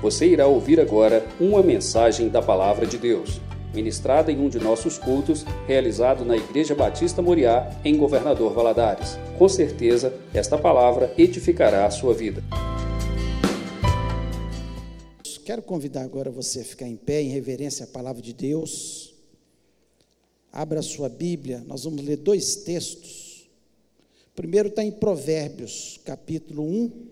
Você irá ouvir agora uma mensagem da Palavra de Deus, ministrada em um de nossos cultos, realizado na Igreja Batista Moriá, em Governador Valadares. Com certeza, esta palavra edificará a sua vida. Quero convidar agora você a ficar em pé, em reverência à Palavra de Deus. Abra a sua Bíblia, nós vamos ler dois textos. O primeiro está em Provérbios, capítulo 1.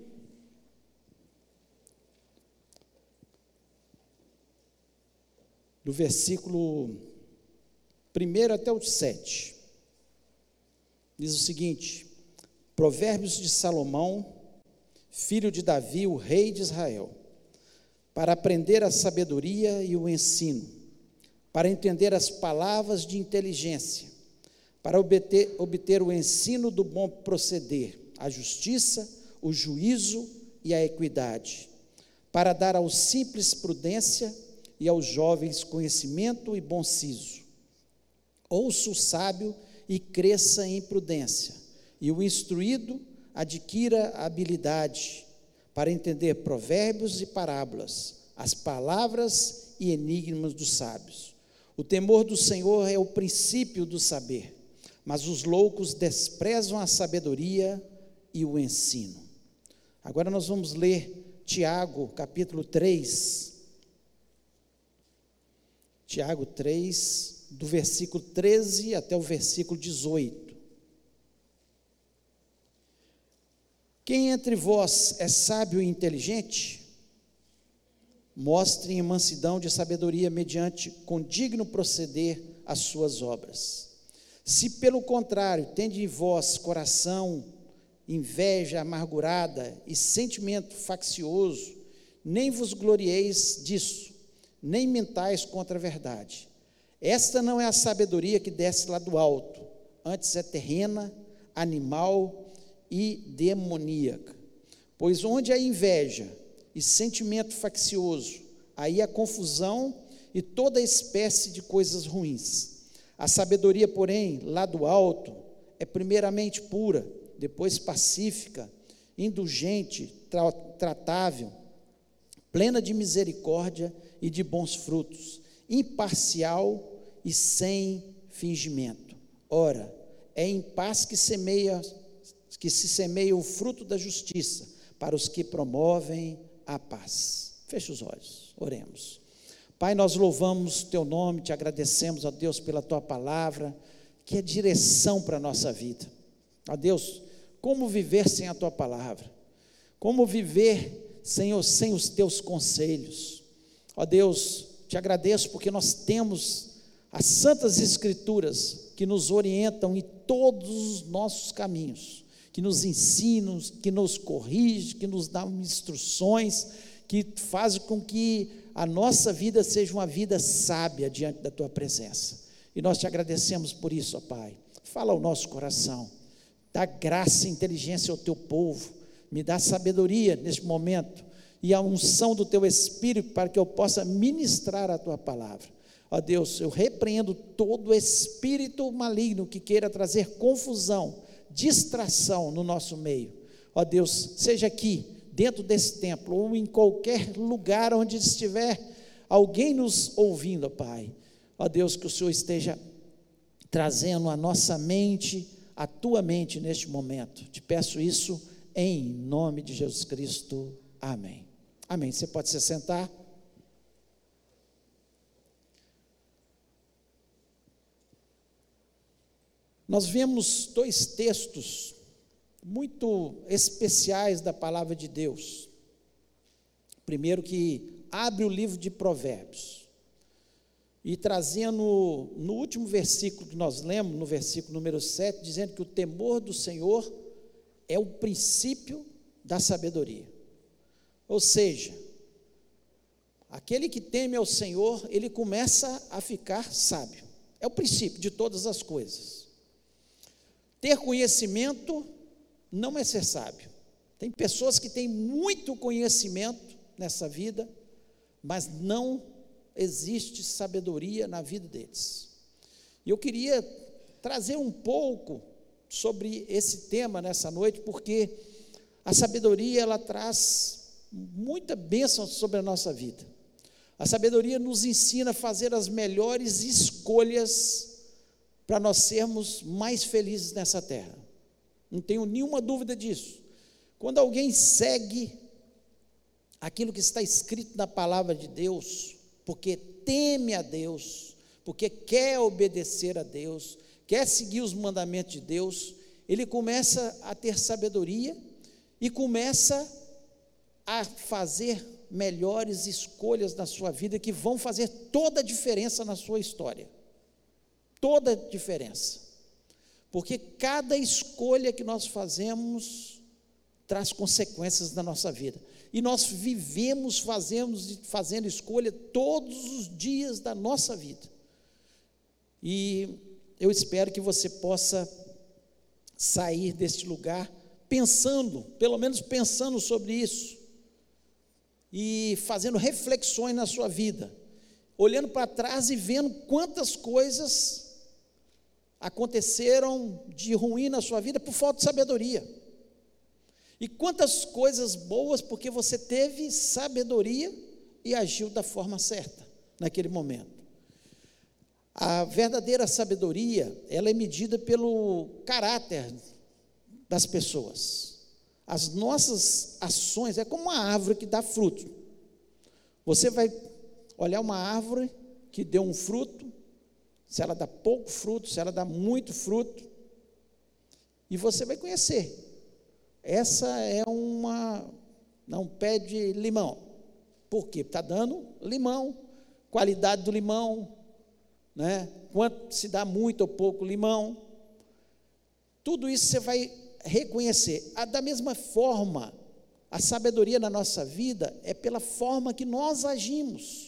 Do versículo 1 até o 7. Diz o seguinte: Provérbios de Salomão, filho de Davi, o rei de Israel, para aprender a sabedoria e o ensino, para entender as palavras de inteligência, para obter o ensino do bom proceder, a justiça, o juízo e a equidade, para dar aos simples prudência e aos jovens conhecimento e bom siso. Ouça o sábio e cresça em prudência, e o instruído adquira habilidade para entender provérbios e parábolas, as palavras e enigmas dos sábios. O temor do Senhor é o princípio do saber, mas os loucos desprezam a sabedoria e o ensino. Agora nós vamos ler Tiago, capítulo 3. Tiago 3, do versículo 13 até o versículo 18. Quem entre vós é sábio e inteligente? Mostre em mansidão de sabedoria mediante condigno proceder as suas obras. Se pelo contrário tende em vós coração, inveja amargurada e sentimento faccioso, nem vos glorieis disso, nem mentais contra a verdade. Esta não é a sabedoria que desce lá do alto, antes é terrena, animal e demoníaca. Pois onde há inveja e sentimento faccioso, aí há confusão e toda espécie de coisas ruins. A sabedoria, porém, lá do alto, é primeiramente pura, depois pacífica, indulgente, tratável, plena de misericórdia e de bons frutos, imparcial e sem fingimento. Ora, é em paz que se semeia o fruto da justiça para os que promovem a paz. Feche os olhos, oremos. Pai, nós louvamos teu nome, te agradecemos, ó Deus, pela tua palavra, que é direção para a nossa vida. Ó Deus, como viver sem a tua palavra? Como viver, Senhor, sem os teus conselhos? Ó Deus, te agradeço porque nós temos as santas escrituras que nos orientam em todos os nossos caminhos, que nos ensinam, que nos corrigem, que nos dão instruções, que fazem com que a nossa vida seja uma vida sábia diante da tua presença. E nós te agradecemos por isso, ó Pai. Fala ao nosso coração, dá graça e inteligência ao teu povo, me dá sabedoria neste momento, e a unção do teu Espírito para que eu possa ministrar a tua palavra. Ó Deus, eu repreendo todo espírito maligno que queira trazer confusão, distração no nosso meio. Ó Deus, seja aqui, dentro desse templo, ou em qualquer lugar onde estiver alguém nos ouvindo, ó Pai. Ó Deus, que o Senhor esteja trazendo a nossa mente, a tua mente neste momento. Te peço isso em nome de Jesus Cristo. Amém. Amém. Você pode se sentar. Nós vemos dois textos muito especiais da palavra de Deus. Primeiro, que abre o livro de Provérbios e trazendo no último versículo que nós lemos, no versículo número 7, dizendo que o temor do Senhor é o princípio da sabedoria. Ou seja, aquele que teme ao Senhor, ele começa a ficar sábio. É o princípio de todas as coisas. Ter conhecimento não é ser sábio. Tem pessoas que têm muito conhecimento nessa vida, mas não existe sabedoria na vida deles. E eu queria trazer um pouco sobre esse tema nessa noite, porque a sabedoria ela traz muita bênção sobre a nossa vida. A sabedoria nos ensina a fazer as melhores escolhas para nós sermos mais felizes nessa terra. Não tenho nenhuma dúvida disso. Quando alguém segue aquilo que está escrito na palavra de Deus, porque teme a Deus, porque quer obedecer a Deus, quer seguir os mandamentos de Deus, ele começa a ter sabedoria e começa a fazer melhores escolhas na sua vida, que vão fazer toda a diferença na sua história, toda a diferença, porque cada escolha que nós fazemos traz consequências na nossa vida, e nós vivemos, fazendo escolha todos os dias da nossa vida, e eu espero que você possa sair deste lugar pensando, pelo menos pensando sobre isso, e fazendo reflexões na sua vida, olhando para trás e vendo quantas coisas aconteceram de ruim na sua vida por falta de sabedoria, e quantas coisas boas porque você teve sabedoria e agiu da forma certa naquele momento. A verdadeira sabedoria, ela é medida pelo caráter das pessoas. As nossas ações, é como uma árvore que dá fruto. Você vai olhar uma árvore que deu um fruto, se ela dá pouco fruto, se ela dá muito fruto, e você vai conhecer. Essa é um pé de limão. Por quê? Está dando limão, qualidade do limão, né? Quanto se dá muito ou pouco limão, tudo isso você vai reconhecer. Da mesma forma, a sabedoria na nossa vida é pela forma que nós agimos.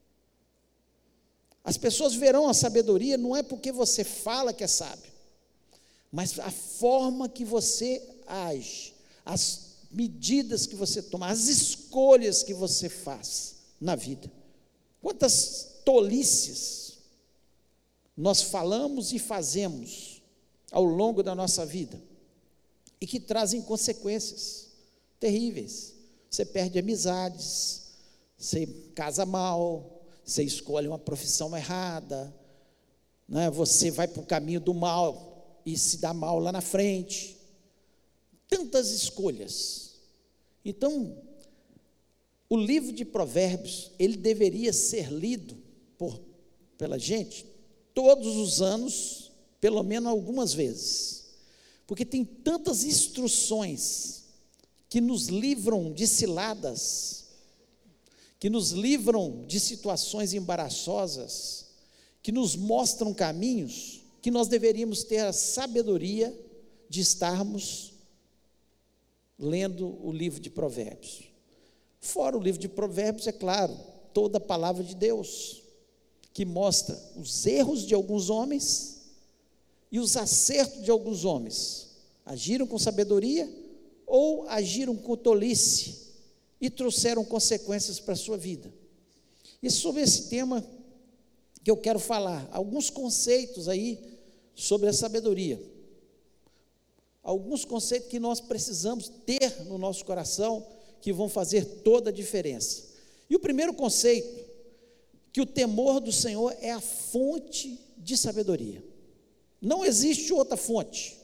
As pessoas verão a sabedoria não é porque você fala que é sábio, mas a forma que você age, as medidas que você toma, as escolhas que você faz na vida. Quantas tolices nós falamos e fazemos ao longo da nossa vida, e que trazem consequências terríveis. Você perde amizades, você casa mal, você escolhe uma profissão errada, né? Você vai para o caminho do mal e se dá mal lá na frente. Tantas escolhas. Então, o livro de Provérbios, ele deveria ser lido pela gente todos os anos, pelo menos algumas vezes, porque tem tantas instruções que nos livram de ciladas, que nos livram de situações embaraçosas, que nos mostram caminhos, que nós deveríamos ter a sabedoria de estarmos lendo o livro de Provérbios. Fora o livro de Provérbios, é claro, toda a palavra de Deus, que mostra os erros de alguns homens e os acertos de alguns homens. Agiram com sabedoria ou agiram com tolice e trouxeram consequências para a sua vida. E sobre esse tema que eu quero falar, alguns conceitos aí sobre a sabedoria, alguns conceitos que nós precisamos ter no nosso coração, que vão fazer toda a diferença. E o primeiro conceito, que o temor do Senhor é a fonte de sabedoria. Não existe outra fonte.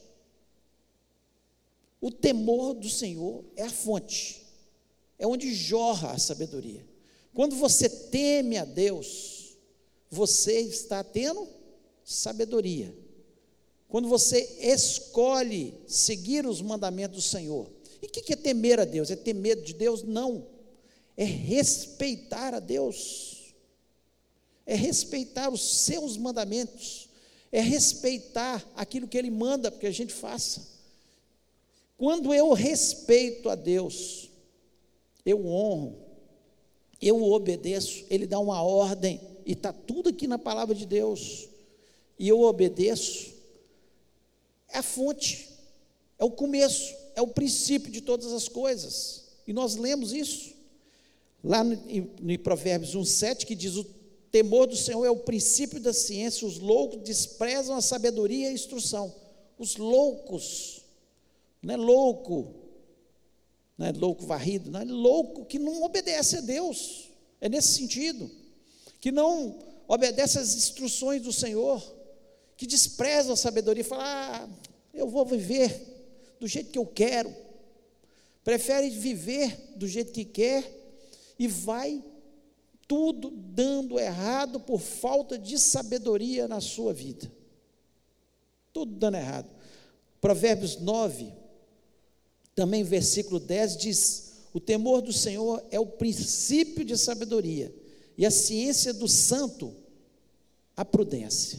O temor do Senhor é a fonte, é onde jorra a sabedoria. Quando você teme a Deus, você está tendo sabedoria. Quando você escolhe seguir os mandamentos do Senhor. E o que é temer a Deus? É ter medo de Deus? Não. É respeitar a Deus. É respeitar os seus mandamentos. É respeitar aquilo que Ele manda que a gente faça. Quando eu respeito a Deus, eu honro, eu obedeço, Ele dá uma ordem, e está tudo aqui na palavra de Deus, e eu obedeço, é a fonte, é o começo, é o princípio de todas as coisas, e nós lemos isso, lá no Provérbios 1,7, que diz: o temor do Senhor é o princípio da ciência, os loucos desprezam a sabedoria e a instrução. Os loucos, não é louco não é louco varrido, não é louco que não obedece a Deus, é nesse sentido, que não obedece às instruções do Senhor, que despreza a sabedoria e fala, eu vou viver do jeito que eu quero, prefere viver do jeito que quer, e vai tudo dando errado por falta de sabedoria na sua vida, tudo dando errado. Provérbios 9, também versículo 10 diz, o temor do Senhor é o princípio de sabedoria, e a ciência do santo, a prudência.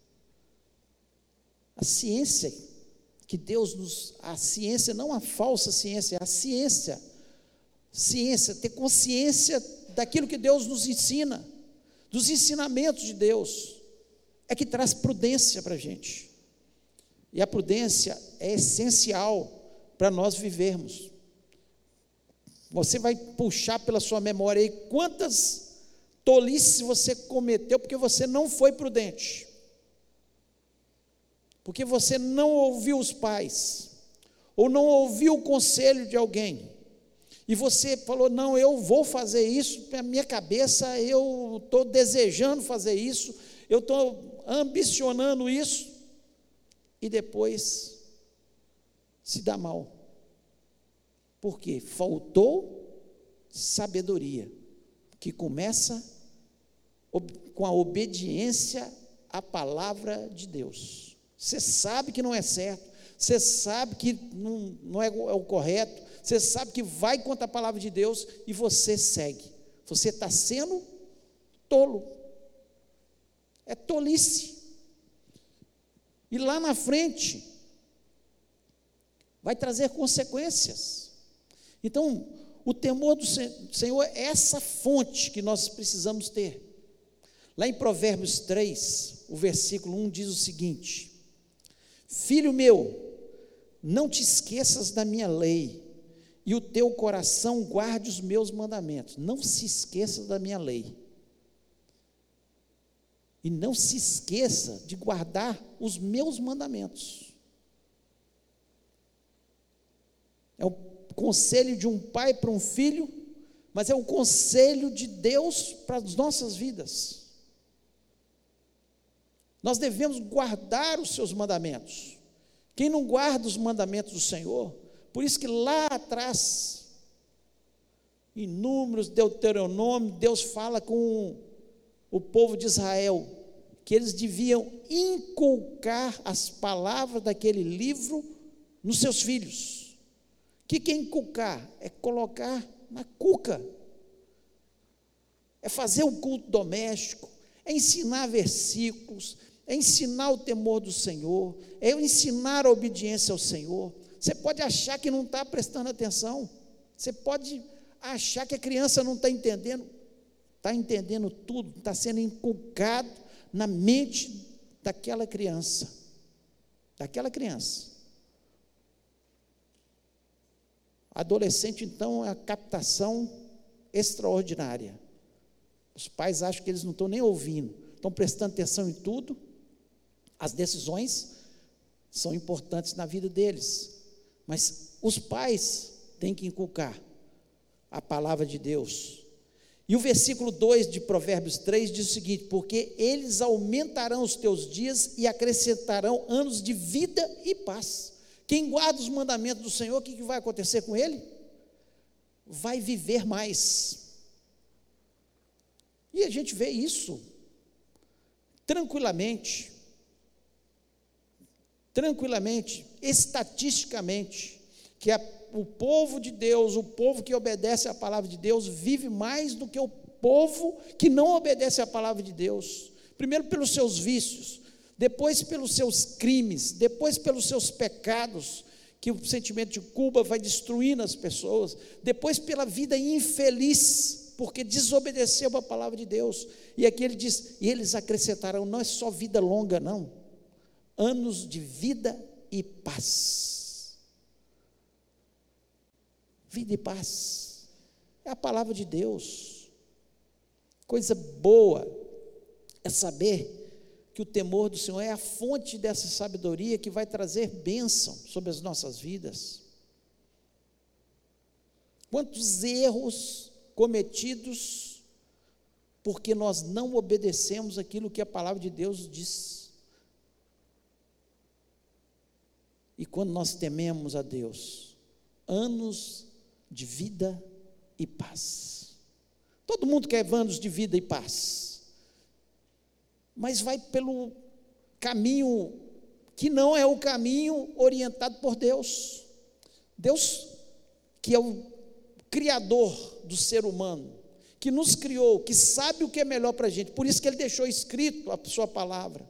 A ciência que Deus nos, a ciência, não a falsa ciência, a ciência, ter consciência daquilo que Deus nos ensina, dos ensinamentos de Deus, é que traz prudência para a gente, e a prudência é essencial para nós vivermos. Você vai puxar pela sua memória aí, quantas tolices você cometeu, porque você não foi prudente, porque você não ouviu os pais, ou não ouviu o conselho de alguém, e você falou, não, eu vou fazer isso, na minha cabeça eu estou desejando fazer isso, eu estou ambicionando isso, e depois se dá mal, porque faltou sabedoria, que começa com a obediência à palavra de Deus. Você sabe que não é certo, você sabe que não é o correto, você sabe que vai contra a palavra de Deus, e você segue, você está sendo tolo, é tolice, e lá na frente, vai trazer consequências. Então, o temor do Senhor é essa fonte que nós precisamos ter. Lá em Provérbios 3, o versículo 1 diz o seguinte, filho meu, não te esqueças da minha lei, e o teu coração guarde os meus mandamentos. Não se esqueça da minha lei, e não se esqueça de guardar os meus mandamentos. É o conselho de um pai para um filho, mas é o conselho de Deus para as nossas vidas. Nós devemos guardar os seus mandamentos. Quem não guarda os mandamentos do Senhor, por isso que lá atrás, em Números, Deuteronômio, Deus fala com o povo de Israel, que eles deviam inculcar as palavras daquele livro nos seus filhos. O que é inculcar? É colocar na cuca, é fazer um culto doméstico, é ensinar versículos, é ensinar o temor do Senhor, é ensinar a obediência ao Senhor. Você pode achar que não está prestando atenção, você pode achar que a criança não está entendendo tudo, está sendo inculcado na mente daquela criança, Adolescente, então, é a captação extraordinária. Os pais acham que eles não estão nem ouvindo, estão prestando atenção em tudo. As decisões são importantes na vida deles, mas os pais têm que inculcar a palavra de Deus. E o versículo 2 de Provérbios 3 diz o seguinte, porque eles aumentarão os teus dias e acrescentarão anos de vida e paz. Quem guarda os mandamentos do Senhor, o que vai acontecer com ele? Vai viver mais. E a gente vê isso tranquilamente, estatisticamente, que o povo de Deus, o povo que obedece à palavra de Deus, vive mais do que o povo que não obedece à palavra de Deus. Primeiro pelos seus vícios, depois pelos seus crimes, depois pelos seus pecados, que o sentimento de culpa vai destruindo as pessoas, depois pela vida infeliz, porque desobedeceu a palavra de Deus. E aqui ele diz, e eles acrescentarão, não é só vida longa não, anos de vida e paz. Vida e paz, é a palavra de Deus. Coisa boa é saber que o temor do Senhor é a fonte dessa sabedoria que vai trazer bênção sobre as nossas vidas. Quantos erros cometidos porque nós não obedecemos aquilo que a palavra de Deus diz. E quando nós tememos a Deus, anos de vida e paz. Todo mundo quer anos de vida e paz, mas vai pelo caminho que não é o caminho orientado por Deus. Deus, que é o Criador do ser humano, que nos criou, que sabe o que é melhor para a gente, por isso que Ele deixou escrito a sua palavra.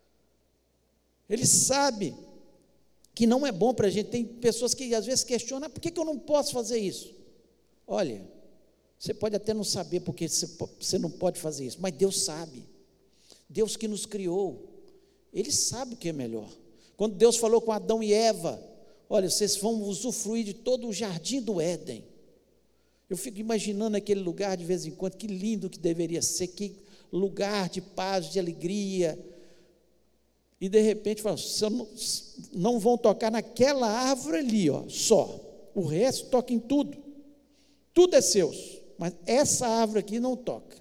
Ele sabe que não é bom para a gente. Tem pessoas que às vezes questionam: por que eu não posso fazer isso? Olha, você pode até não saber porque você não pode fazer isso, mas Deus sabe. Deus que nos criou, Ele sabe o que é melhor. Quando Deus falou com Adão e Eva: olha, vocês vão usufruir de todo o jardim do Éden. Eu fico imaginando aquele lugar de vez em quando, que lindo que deveria ser, que lugar de paz, de alegria. E de repente fala: vocês não vão tocar naquela árvore ali, ó, só. O resto toca em tudo. Tudo é seus, mas essa árvore aqui não toca.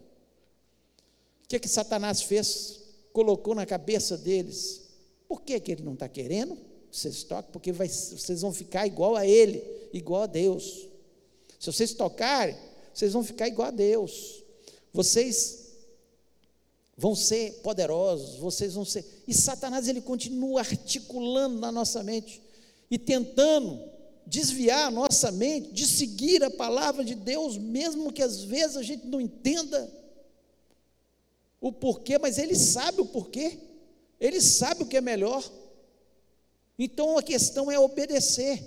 O que Satanás fez? Colocou na cabeça deles: por que ele não está querendo que vocês toquem? Porque vocês vão ficar igual a ele, igual a Deus. Se vocês tocarem, vocês vão ficar igual a Deus. Vocês vão ser poderosos, vocês vão ser... E Satanás, ele continua articulando na nossa mente e tentando desviar a nossa mente de seguir a palavra de Deus, mesmo que às vezes a gente não entenda o porquê, mas Ele sabe o porquê, Ele sabe o que é melhor. Então a questão é obedecer,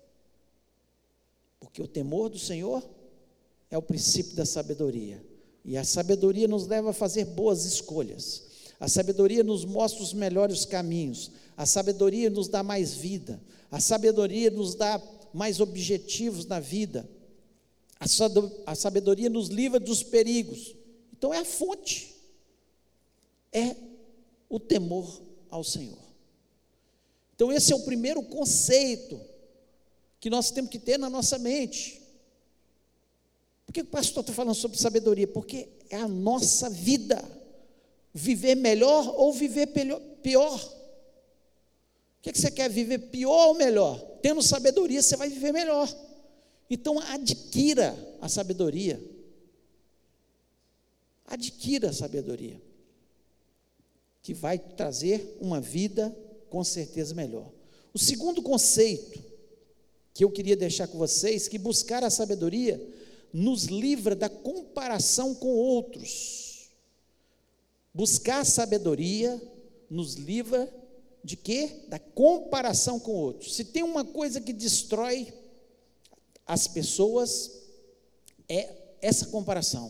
porque o temor do Senhor é o princípio da sabedoria, e a sabedoria nos leva a fazer boas escolhas, a sabedoria nos mostra os melhores caminhos, a sabedoria nos dá mais vida, a sabedoria nos dá mais objetivos na vida, a sabedoria nos livra dos perigos. Então é a fonte, é o temor ao Senhor. Então esse é o primeiro conceito que nós temos que ter na nossa mente. Por que o pastor está falando sobre sabedoria? Porque é a nossa vida, viver melhor ou viver pior. O que você quer, viver pior ou melhor? Tendo sabedoria, você vai viver melhor. Então adquira a sabedoria. Adquira a sabedoria, que vai trazer uma vida com certeza melhor. O segundo conceito que eu queria deixar com vocês, que buscar a sabedoria nos livra da comparação com outros. Buscar a sabedoria nos livra de quê? Da comparação com outros. Se tem uma coisa que destrói as pessoas, é essa comparação.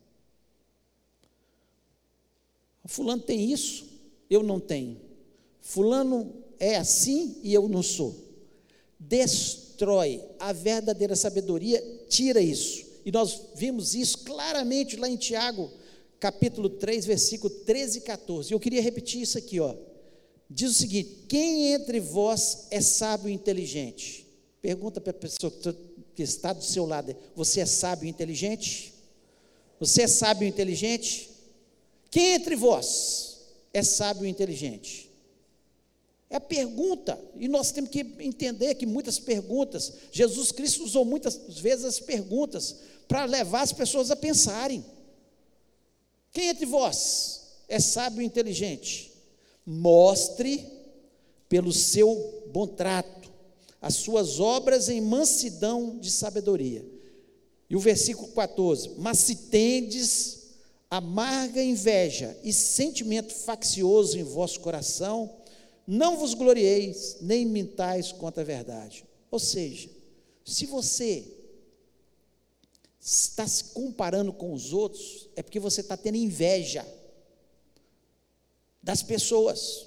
Fulano tem isso, eu não tenho. Fulano é assim e eu não sou. Destrói a verdadeira sabedoria, tira isso. E nós vimos isso claramente lá em Tiago, capítulo 3, versículo 13 e 14. Eu queria repetir isso aqui, ó. Diz o seguinte: quem entre vós é sábio e inteligente? Pergunta para a pessoa que está do seu lado: você é sábio e inteligente? Você é sábio e inteligente? Quem entre vós é sábio e inteligente? É a pergunta, e nós temos que entender que muitas perguntas, Jesus Cristo usou muitas vezes as perguntas para levar as pessoas a pensarem. Quem entre vós é sábio e inteligente? Mostre pelo seu bom trato as suas obras em mansidão de sabedoria. E o versículo 14: mas se tendes amarga inveja e sentimento faccioso em vosso coração, não vos glorieis, nem mintais contra a verdade. Ou seja, se você está se comparando com os outros, é porque você está tendo inveja das pessoas.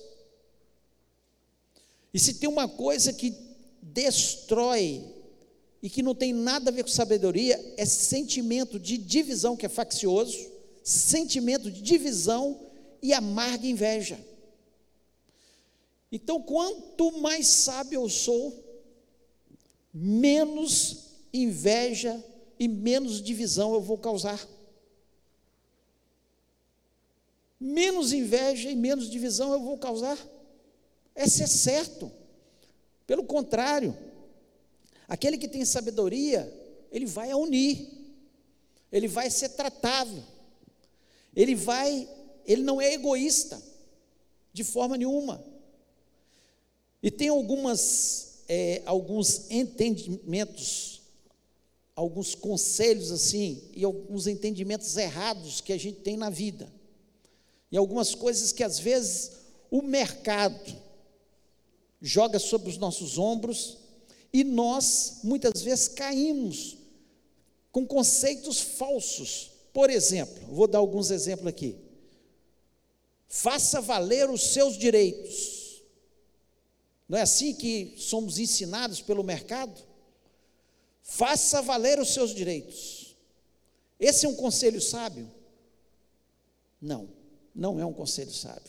E se tem uma coisa que destrói e que não tem nada a ver com sabedoria, é sentimento de divisão, que é faccioso, sentimento de divisão e amarga inveja. Então, quanto mais sábio eu sou, menos inveja e menos divisão eu vou causar. Menos inveja e menos divisão eu vou causar. Esse é certo. Pelo contrário, aquele que tem sabedoria, ele vai unir, ele vai ser tratável, ele não é egoísta, de forma nenhuma. E tem alguns entendimentos, alguns conselhos assim, e alguns entendimentos errados que a gente tem na vida, e algumas coisas que às vezes o mercado joga sobre os nossos ombros, e nós muitas vezes caímos com conceitos falsos. Por exemplo, vou dar alguns exemplos aqui. Faça valer os seus direitos. Não é assim que somos ensinados pelo mercado? Faça valer os seus direitos. Esse é um conselho sábio? Não, não é um conselho sábio.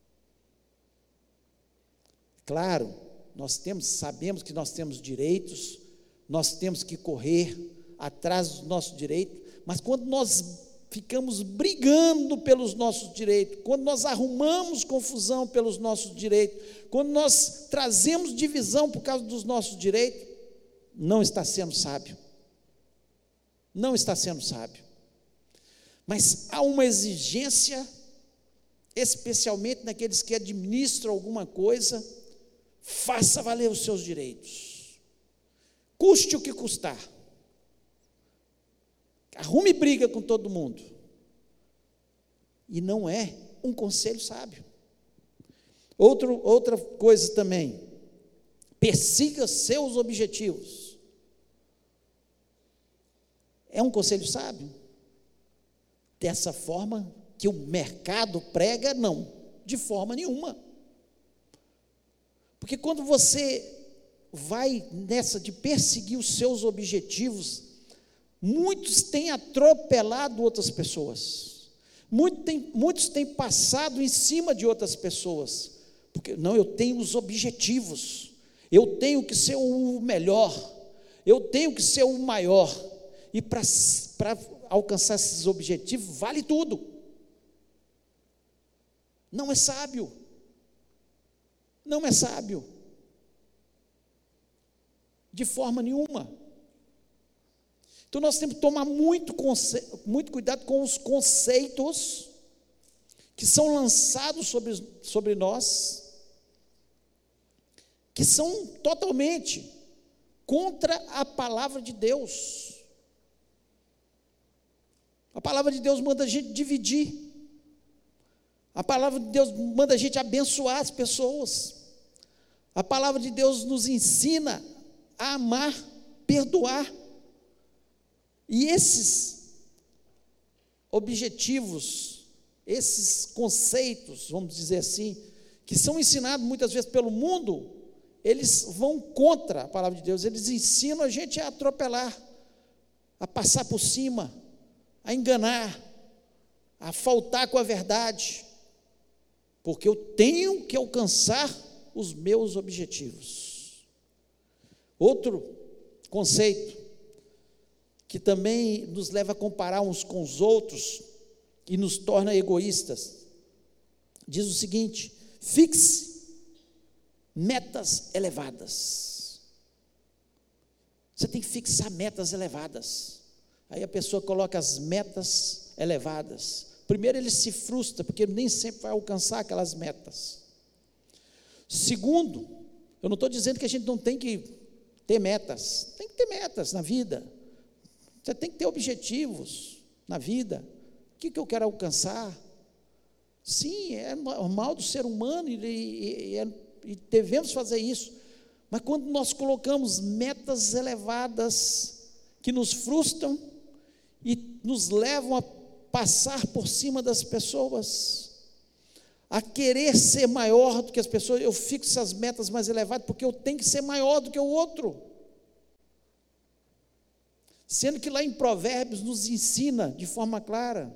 Claro, sabemos que nós temos direitos, nós temos que correr atrás do nosso direito, mas quando nós ficamos brigando pelos nossos direitos, quando nós arrumamos confusão pelos nossos direitos, quando nós trazemos divisão por causa dos nossos direitos, não está sendo sábio. Não está sendo sábio. Mas há uma exigência, especialmente naqueles que administram alguma coisa: faça valer os seus direitos, custe o que custar, arrume briga com todo mundo. E não é um conselho sábio. Outra coisa também: persiga seus objetivos. É um conselho sábio? Dessa forma que o mercado prega? Não, de forma nenhuma. Porque quando você vai nessa de perseguir os seus objetivos, muitos têm atropelado outras pessoas, muitos têm passado em cima de outras pessoas, porque não, eu tenho os objetivos, eu tenho que ser o melhor, eu tenho que ser o maior, e para alcançar esses objetivos vale tudo. Não é sábio. Não é sábio, de forma nenhuma. Então nós temos que tomar muito cuidado com os conceitos que são lançados sobre nós, que são totalmente contra a palavra de Deus. A palavra de Deus manda a gente dividir, a palavra de Deus manda a gente abençoar as pessoas, a palavra de Deus nos ensina a amar, perdoar. E esses objetivos, esses conceitos, vamos dizer assim, que são ensinados muitas vezes pelo mundo, eles vão contra a palavra de Deus, eles ensinam a gente a atropelar, a passar por cima, a enganar, a faltar com a verdade, porque eu tenho que alcançar os meus objetivos. Outro conceito que também nos leva a comparar uns com os outros e nos torna egoístas, diz o seguinte: fixe metas elevadas. Você tem que fixar metas elevadas. Aí a pessoa coloca as metas elevadas. Primeiro, ele se frustra, porque nem sempre vai alcançar aquelas metas. Segundo, eu não estou dizendo que a gente não tem que ter metas. Tem que ter metas na vida. Você tem que ter objetivos na vida. O que eu quero alcançar? Sim, é normal do ser humano e devemos fazer isso. Mas quando nós colocamos metas elevadas que nos frustram e nos levam a passar por cima das pessoas, a querer ser maior do que as pessoas, eu fixo essas metas mais elevadas porque eu tenho que ser maior do que o outro. Sendo que lá em Provérbios nos ensina de forma clara,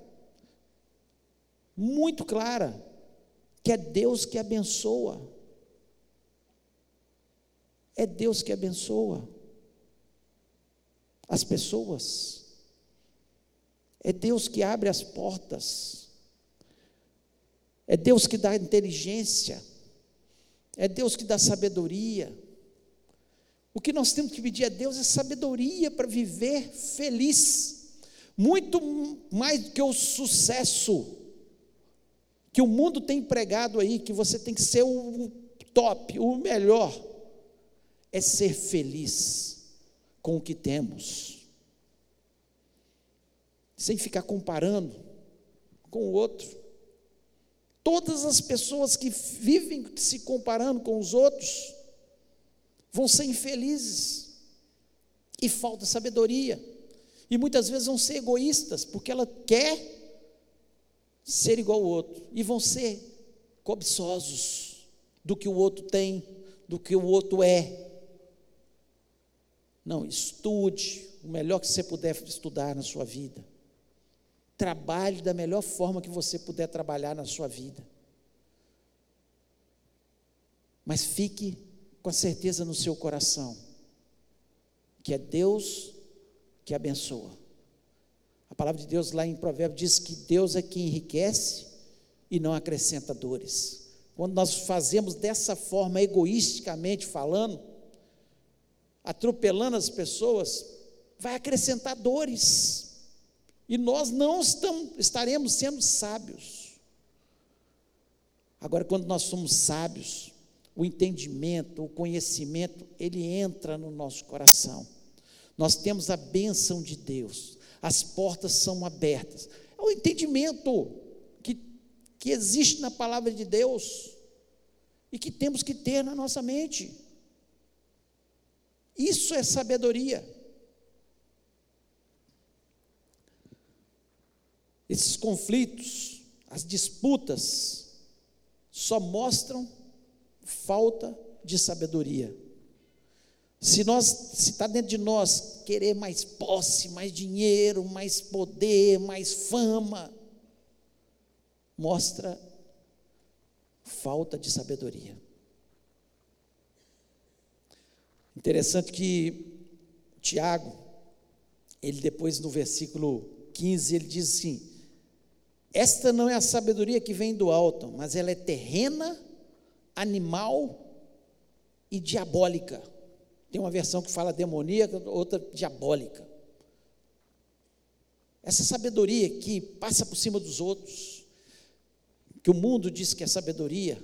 muito clara, que é Deus que abençoa. É Deus que abençoa. as pessoas. É Deus que abre as portas. É Deus que dá inteligência. É Deus que dá sabedoria. O que nós temos que pedir a Deus é sabedoria para viver feliz. Muito mais do que o sucesso que o mundo tem pregado aí, que você tem que ser o top, o melhor, é ser feliz com o que temos, sem ficar comparando com o outro. Todas as pessoas que vivem se comparando com os outros vão ser infelizes, e falta sabedoria, e muitas vezes vão ser egoístas, porque ela quer ser igual ao outro, e vão ser cobiçosos do que o outro tem, do que o outro é. Não, estude o melhor que você puder estudar na sua vida, trabalhe da melhor forma que você puder trabalhar na sua vida, mas fique com a certeza no seu coração, que é Deus que abençoa. A palavra de Deus lá em Provérbios diz que Deus é quem enriquece e não acrescenta dores. Quando nós fazemos dessa forma, egoisticamente falando, atropelando as pessoas, vai acrescentar dores, e nós não estaremos sendo sábios. Agora, quando nós somos sábios, o entendimento, o conhecimento, ele entra no nosso coração. Nós temos a bênção de Deus, as portas são abertas. É o entendimento que existe na palavra de Deus e que temos que ter na nossa mente. Isso é sabedoria. Esses conflitos, as disputas, só mostram falta de sabedoria. Se está dentro de nós querer mais posse, mais dinheiro, mais poder, mais fama, mostra falta de sabedoria. Interessante que Tiago, ele depois no versículo 15, ele diz assim: esta não é a sabedoria que vem do alto, mas ela é terrena, animal e diabólica. Tem uma versão que fala demoníaca, outra diabólica. Essa sabedoria que passa por cima dos outros, que o mundo diz que é sabedoria,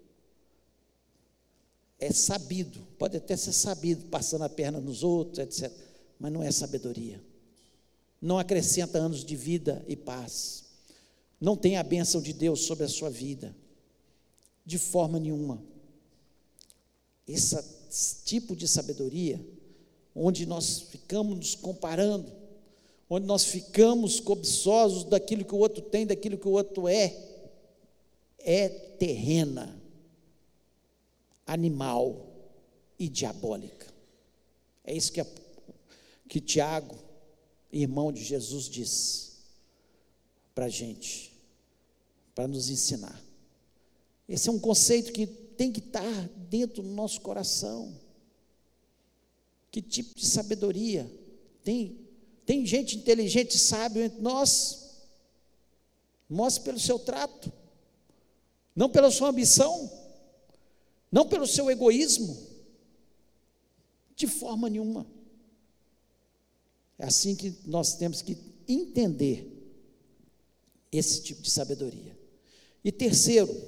é sabido, pode até ser sabido, passando a perna nos outros, etc., mas não é sabedoria. Não acrescenta anos de vida e paz. Não tem a bênção de Deus sobre a sua vida, de forma nenhuma. Esse tipo de sabedoria, onde nós ficamos nos comparando, onde nós ficamos cobiçosos daquilo que o outro tem, daquilo que o outro é terrena, animal e diabólica. É isso que Tiago, irmão de Jesus, diz para a gente, para nos ensinar. Esse é um conceito que tem que estar dentro do nosso coração. Que tipo de sabedoria? Tem gente inteligente e sábio entre nós? Mostre pelo seu trato, não pela sua ambição, não pelo seu egoísmo, de forma nenhuma. É assim que nós temos que entender esse tipo de sabedoria. E terceiro,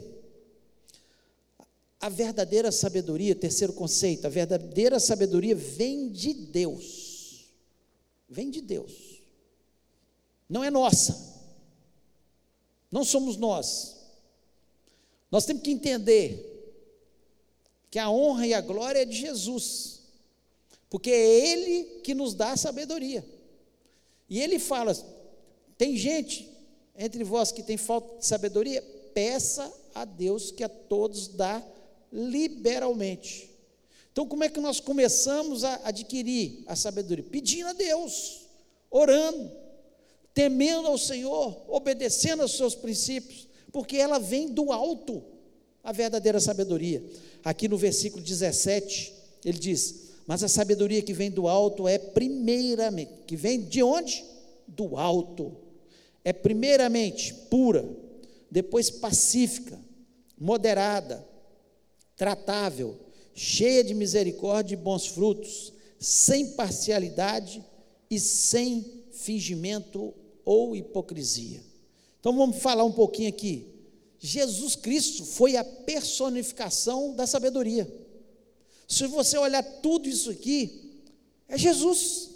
a verdadeira sabedoria, terceiro conceito, a verdadeira sabedoria vem de Deus. Vem de Deus. Não é nossa. Não somos nós. Nós temos que entender que a honra e a glória é de Jesus, porque é Ele que nos dá a sabedoria. E Ele fala: tem gente entre vós que tem falta de sabedoria, peça a Deus que a todos dá liberalmente. Então, como é que nós começamos a adquirir a sabedoria? Pedindo a Deus, orando, temendo ao Senhor, obedecendo aos seus princípios, porque ela vem do alto, a verdadeira sabedoria. Aqui no versículo 17, ele diz: Mas a sabedoria que vem do alto é primeiramente, que vem de onde? Do alto. É primeiramente pura, depois pacífica, moderada, tratável, cheia de misericórdia e bons frutos, sem parcialidade e sem fingimento ou hipocrisia. Então vamos falar um pouquinho aqui. Jesus Cristo foi a personificação da sabedoria. Se você olhar tudo isso aqui, é Jesus.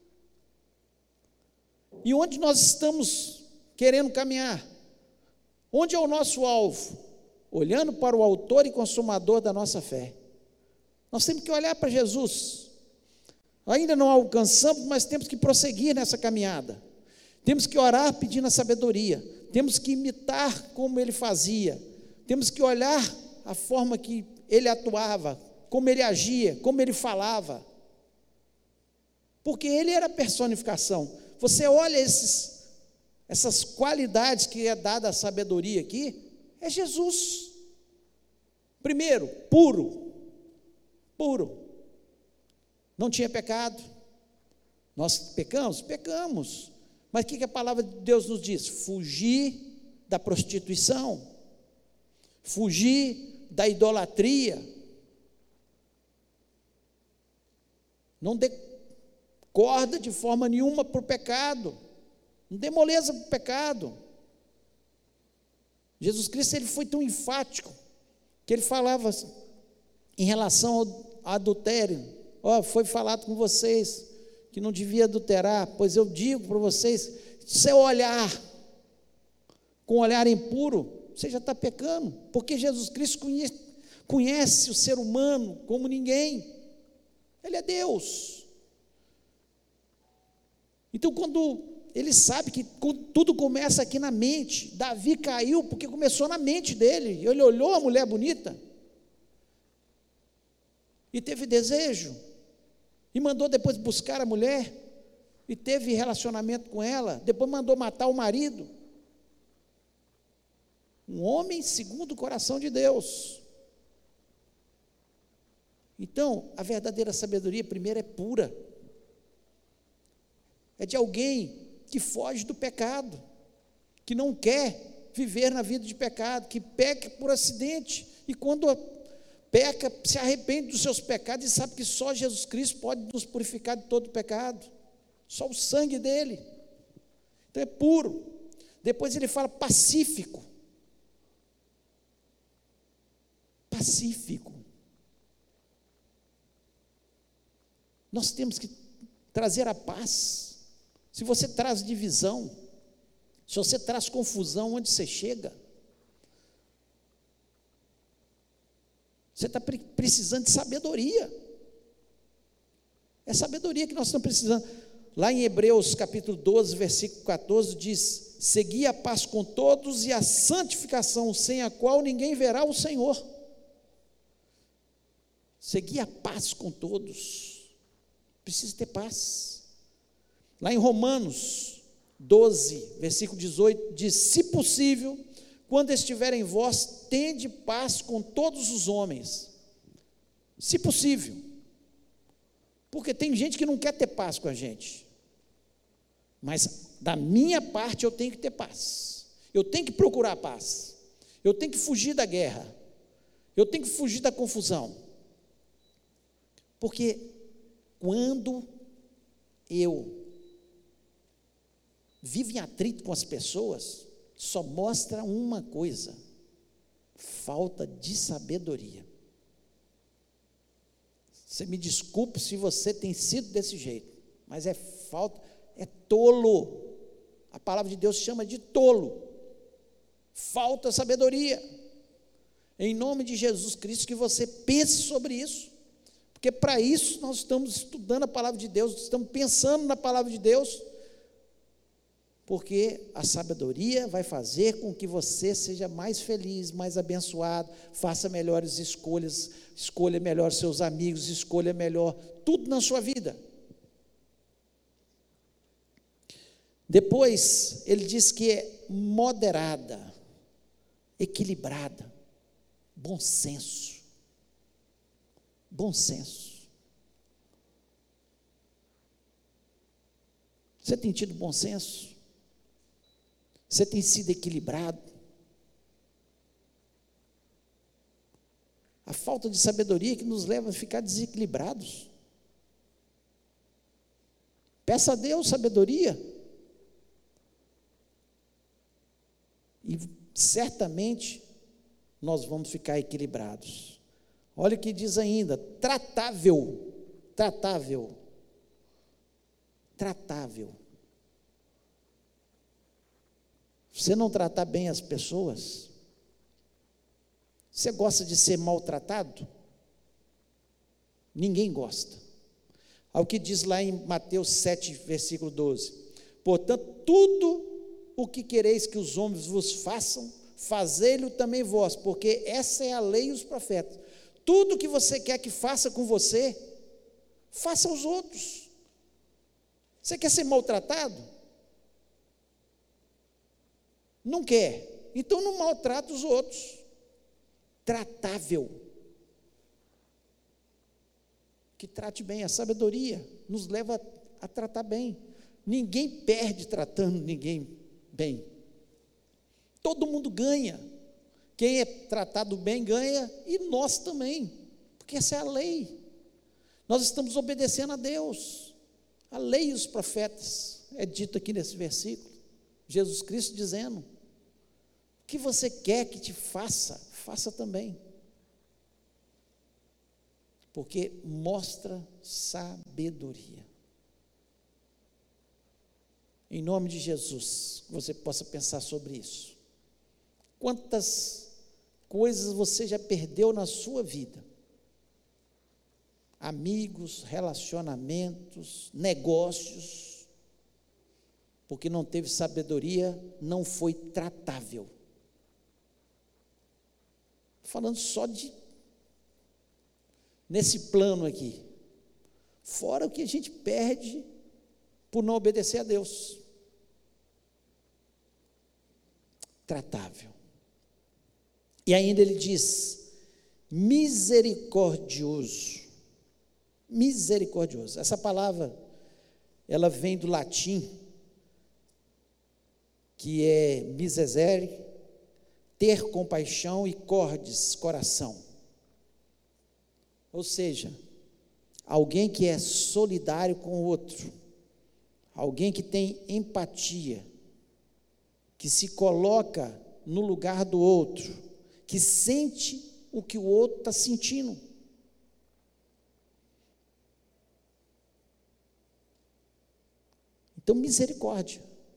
E onde nós estamos querendo caminhar? Onde é o nosso alvo? Olhando para o autor e consumador da nossa fé. Nós temos que olhar para Jesus. Ainda não alcançamos, mas temos que prosseguir nessa caminhada. Temos que orar pedindo a sabedoria. Temos que imitar como ele fazia. Temos que olhar a forma que ele atuava, como ele agia, como ele falava. Porque ele era a personificação. Você olha essas qualidades que é dada à sabedoria aqui, é Jesus. Primeiro, puro. Não tinha pecado. Nós pecamos? Pecamos. Mas o que a palavra de Deus nos diz? Fugir da prostituição, fugir da idolatria. Não dê corda de forma nenhuma para o pecado. Não dê moleza para o pecado. Jesus Cristo, ele foi tão enfático, que ele falava em relação ao adultério. Foi falado com vocês que não devia adulterar, pois eu digo para vocês, seu olhar, com olhar impuro, você já está pecando, porque Jesus Cristo conhece o ser humano como ninguém, ele é Deus. Então, quando ele sabe que tudo começa aqui na mente, Davi caiu porque começou na mente dele, ele olhou a mulher bonita, e teve desejo, e mandou depois buscar a mulher, e teve relacionamento com ela, depois mandou matar o marido. Um homem segundo o coração de Deus. Então, a verdadeira sabedoria, primeiro, é pura. É de alguém que foge do pecado, que não quer viver na vida de pecado, que peca por acidente, e quando peca, se arrepende dos seus pecados e sabe que só Jesus Cristo pode nos purificar de todo pecado, só o sangue dele. Então é puro. Depois ele fala pacífico. Nós temos que trazer a paz. Se você traz divisão, se você traz confusão onde você chega, você está precisando de sabedoria. É sabedoria que nós estamos precisando. Lá em Hebreus capítulo 12, versículo 14, diz: segui a paz com todos e a santificação, sem a qual ninguém verá o Senhor. Segui a paz com todos. Precisa ter paz. Lá em Romanos 12, versículo 18, diz: se possível, quando estiver em vós, tende paz com todos os homens, se possível, porque tem gente que não quer ter paz com a gente, mas da minha parte eu tenho que ter paz, eu tenho que procurar paz, eu tenho que fugir da guerra, eu tenho que fugir da confusão, porque quando eu vivo em atrito com as pessoas, só mostra uma coisa: falta de sabedoria. Você me desculpe se você tem sido desse jeito, mas é tolo. A palavra de Deus chama de tolo. Falta sabedoria. Em nome de Jesus Cristo, que você pense sobre isso, porque para isso nós estamos estudando a palavra de Deus, estamos pensando na palavra de Deus, porque a sabedoria vai fazer com que você seja mais feliz, mais abençoado, faça melhores escolhas, escolha melhor seus amigos, escolha melhor tudo na sua vida. Depois, ele diz que é moderada, equilibrada, bom senso. Bom senso. Você tem tido bom senso? Você tem sido equilibrado? A falta de sabedoria que nos leva a ficar desequilibrados. Peça a Deus sabedoria. E certamente nós vamos ficar equilibrados. Olha o que diz ainda: tratável. Você não tratar bem as pessoas? Você gosta de ser maltratado? Ninguém gosta. Ao que diz lá em Mateus 7, versículo 12: portanto, tudo o que quereis que os homens vos façam, fazei-lo também vós, porque essa é a lei e os profetas. Tudo que você quer que faça com você, faça aos outros. Você quer ser maltratado? Não quer? Então não maltrata os outros. Tratável. Que trate bem. A sabedoria nos leva a tratar bem. Ninguém perde tratando ninguém bem. Todo mundo ganha. Quem é tratado bem ganha, e nós também, porque essa é a lei. Nós estamos obedecendo a Deus, a lei e os profetas, é dito aqui nesse versículo. Jesus Cristo dizendo: o que você quer que te faça, faça também, porque mostra sabedoria. Em nome de Jesus, que você possa pensar sobre isso. Quantas coisas você já perdeu na sua vida? Amigos, relacionamentos, negócios, porque não teve sabedoria, não foi tratável. Falando só nesse plano aqui, fora o que a gente perde por não obedecer a Deus. Tratável. E ainda ele diz: misericordioso. Misericordioso. Essa palavra, ela vem do latim, que é miserere, ter compaixão, e cordes, coração. Ou seja, alguém que é solidário com o outro, alguém que tem empatia, que se coloca no lugar do outro, que sente o que o outro está sentindo. Então, misericórdia.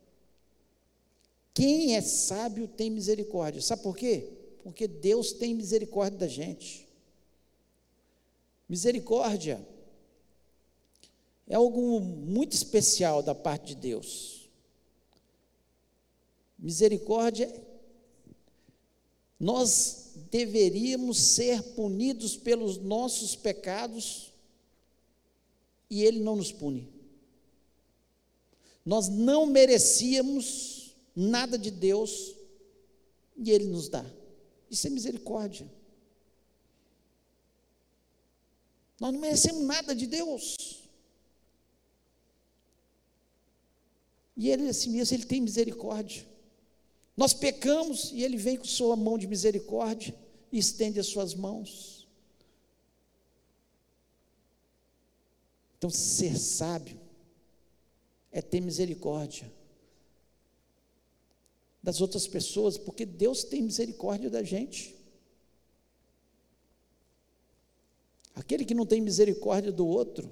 Quem é sábio tem misericórdia. Sabe por quê? Porque Deus tem misericórdia da gente. Misericórdia é algo muito especial da parte de Deus. Misericórdia, nós deveríamos ser punidos pelos nossos pecados e Ele não nos pune. Nós não merecíamos nada de Deus e Ele nos dá. Isso é misericórdia. Nós não merecemos nada de Deus. E Ele, assim mesmo, Ele tem misericórdia. Nós pecamos e Ele vem com sua mão de misericórdia e estende as suas mãos. Então, ser sábio é ter misericórdia das outras pessoas, porque Deus tem misericórdia da gente. Aquele que não tem misericórdia do outro,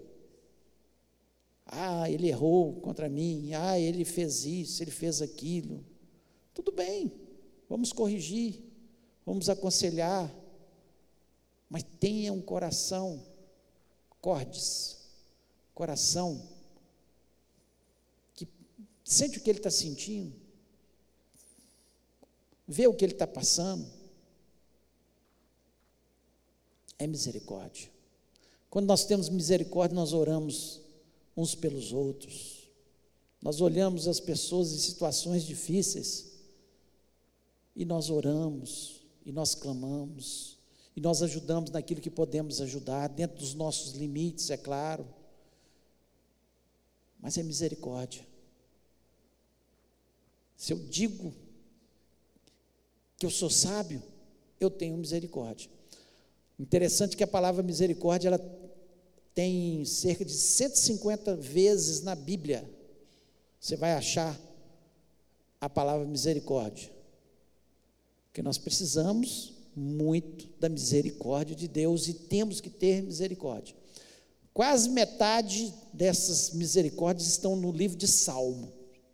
ele errou contra mim, ele fez isso, ele fez aquilo. Tudo bem, vamos corrigir, vamos aconselhar, mas tenha um coração, coração, que sente o que ele está sentindo, vê o que ele está passando. É misericórdia. Quando nós temos misericórdia, nós oramos uns pelos outros, nós olhamos as pessoas em situações difíceis, e nós oramos, e nós clamamos, e nós ajudamos naquilo que podemos ajudar, dentro dos nossos limites, é claro, mas é misericórdia. Se eu digo que eu sou sábio, eu tenho misericórdia. Interessante que a palavra misericórdia, ela tem cerca de 150 vezes na Bíblia. Você vai achar a palavra misericórdia. Porque nós precisamos muito da misericórdia de Deus e temos que ter misericórdia. Quase metade dessas misericórdias estão no livro de Salmo.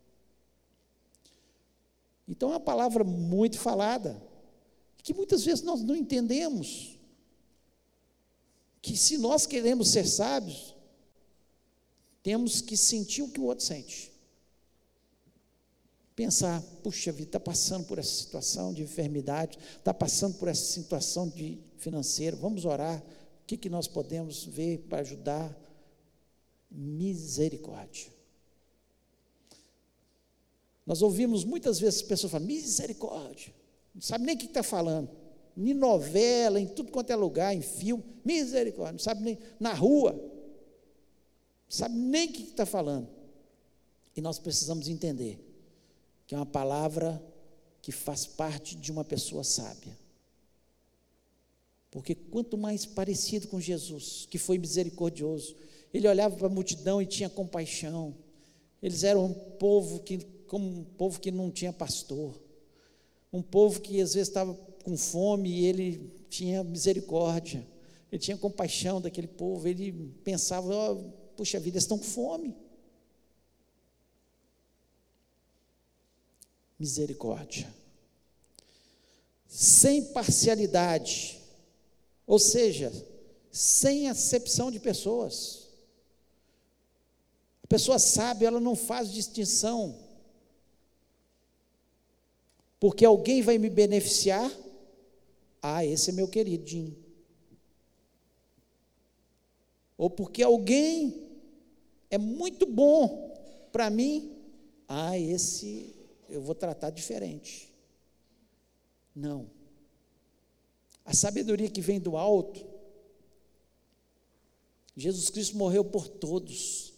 Então é uma palavra muito falada, que muitas vezes nós não entendemos, que se nós queremos ser sábios, temos que sentir o que o outro sente. Pensar, puxa vida, está passando por essa situação de enfermidade, está passando por essa situação de financeira, vamos orar, o que nós podemos ver para ajudar? Misericórdia. Nós ouvimos muitas vezes as pessoas falar, misericórdia, não sabe nem o que está falando, em novela, em tudo quanto é lugar, em filme, misericórdia, não sabe nem, na rua, não sabe nem o que está falando. E nós precisamos entender que é uma palavra que faz parte de uma pessoa sábia. Porque quanto mais parecido com Jesus, que foi misericordioso, ele olhava para a multidão e tinha compaixão. Eles eram um povo como um povo que não tinha pastor, um povo que às vezes estava com fome e ele tinha misericórdia, ele tinha compaixão daquele povo, ele pensava, puxa vida, eles estão com fome. Misericórdia, sem parcialidade, ou seja, sem acepção de pessoas. A pessoa sábia, ela não faz distinção, porque alguém vai me beneficiar, esse é meu queridinho, ou porque alguém é muito bom para mim, esse eu vou tratar diferente. Não. A sabedoria que vem do alto, Jesus Cristo morreu por todos.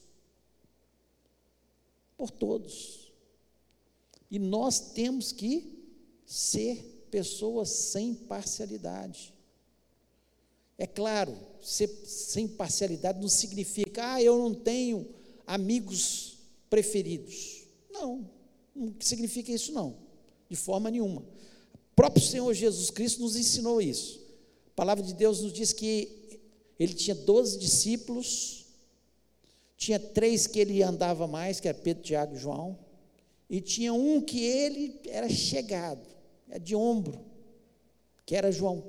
Por todos. E nós temos que ser pessoas sem parcialidade. É claro, ser sem parcialidade não significa, eu não tenho amigos preferidos. Não significa isso não, de forma nenhuma. O próprio Senhor Jesus Cristo nos ensinou isso. A palavra de Deus nos diz que ele tinha 12 discípulos, tinha 3 que ele andava mais, que era Pedro, Tiago e João, e tinha um que ele era chegado, de ombro, que era João.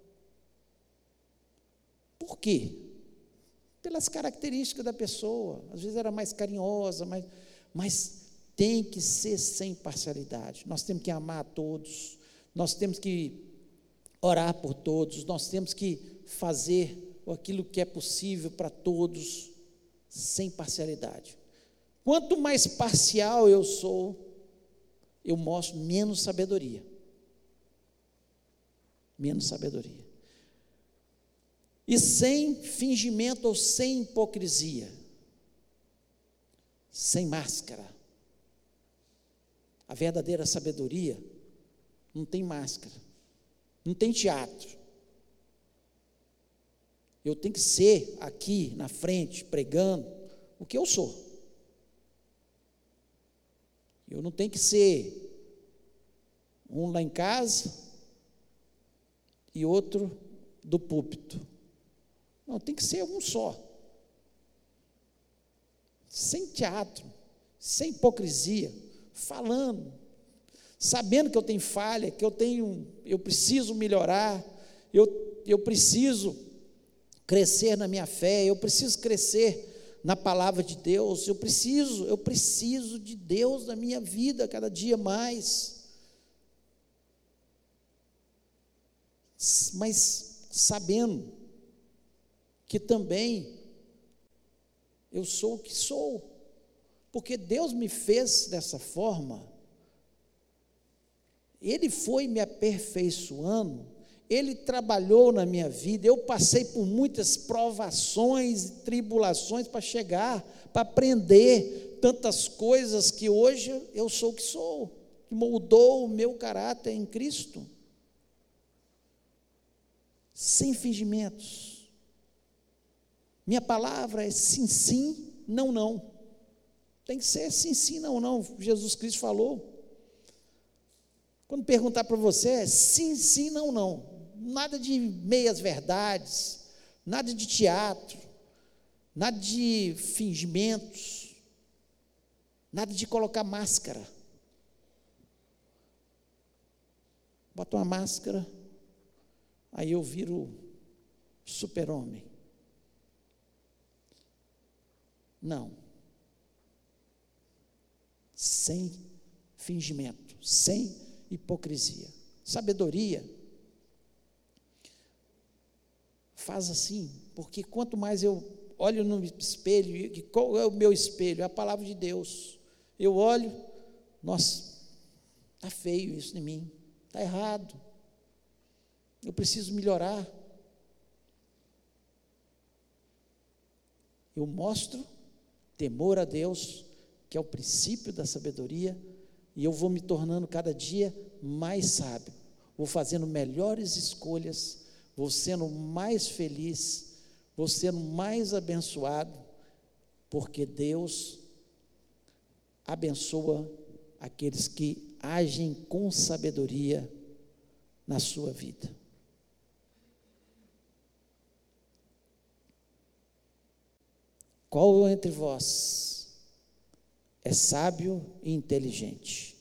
Por quê? Pelas características da pessoa, às vezes era mais carinhosa, mas tem que ser sem parcialidade. Nós temos que amar a todos, nós temos que orar por todos, nós temos que fazer aquilo que é possível para todos, sem parcialidade. Quanto mais parcial eu sou, eu mostro menos sabedoria. Menos sabedoria. E sem fingimento ou sem hipocrisia. Sem máscara. A verdadeira sabedoria não tem máscara, não tem teatro. Eu tenho que ser aqui na frente, pregando, o que eu sou. Eu não tenho que ser um lá em casa e outro do púlpito. Não, tem que ser um só. Sem teatro, sem hipocrisia, falando, sabendo que eu tenho falha, que eu preciso melhorar, eu preciso crescer na minha fé, eu preciso crescer na palavra de Deus, eu preciso de Deus na minha vida cada dia mais, mas sabendo que também eu sou o que sou, porque Deus me fez dessa forma, Ele foi me aperfeiçoando, Ele trabalhou na minha vida, eu passei por muitas provações e tribulações para chegar, para aprender tantas coisas que hoje eu sou o que sou. que moldou o meu caráter em Cristo. Sem fingimentos. Minha palavra é sim, sim, não, não. Tem que ser sim, sim, não, não. Jesus Cristo falou. Quando perguntar para você, é sim, sim, não, não. Nada de meias verdades, nada de teatro, nada de fingimentos, nada de colocar máscara. Bota uma máscara, aí eu viro super-homem. Não. Sem fingimento, sem hipocrisia. Sabedoria faz assim, porque quanto mais eu olho no espelho, e qual é o meu espelho? É a palavra de Deus. Eu olho, nossa, está feio isso em mim, está errado, eu preciso melhorar. Eu mostro temor a Deus, que é o princípio da sabedoria, e eu vou me tornando cada dia mais sábio, vou fazendo melhores escolhas, vou sendo mais feliz, vou sendo mais abençoado, porque Deus abençoa aqueles que agem com sabedoria na sua vida. Qual entre vós é sábio e inteligente?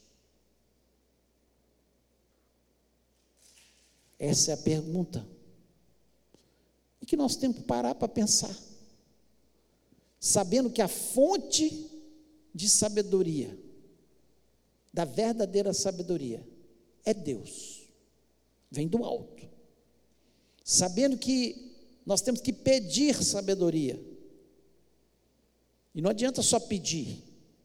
Essa é a pergunta. E que nós temos que parar para pensar. Sabendo que a fonte de sabedoria, da verdadeira sabedoria, é Deus. Vem do alto. Sabendo que nós temos que pedir sabedoria. E não adianta só pedir.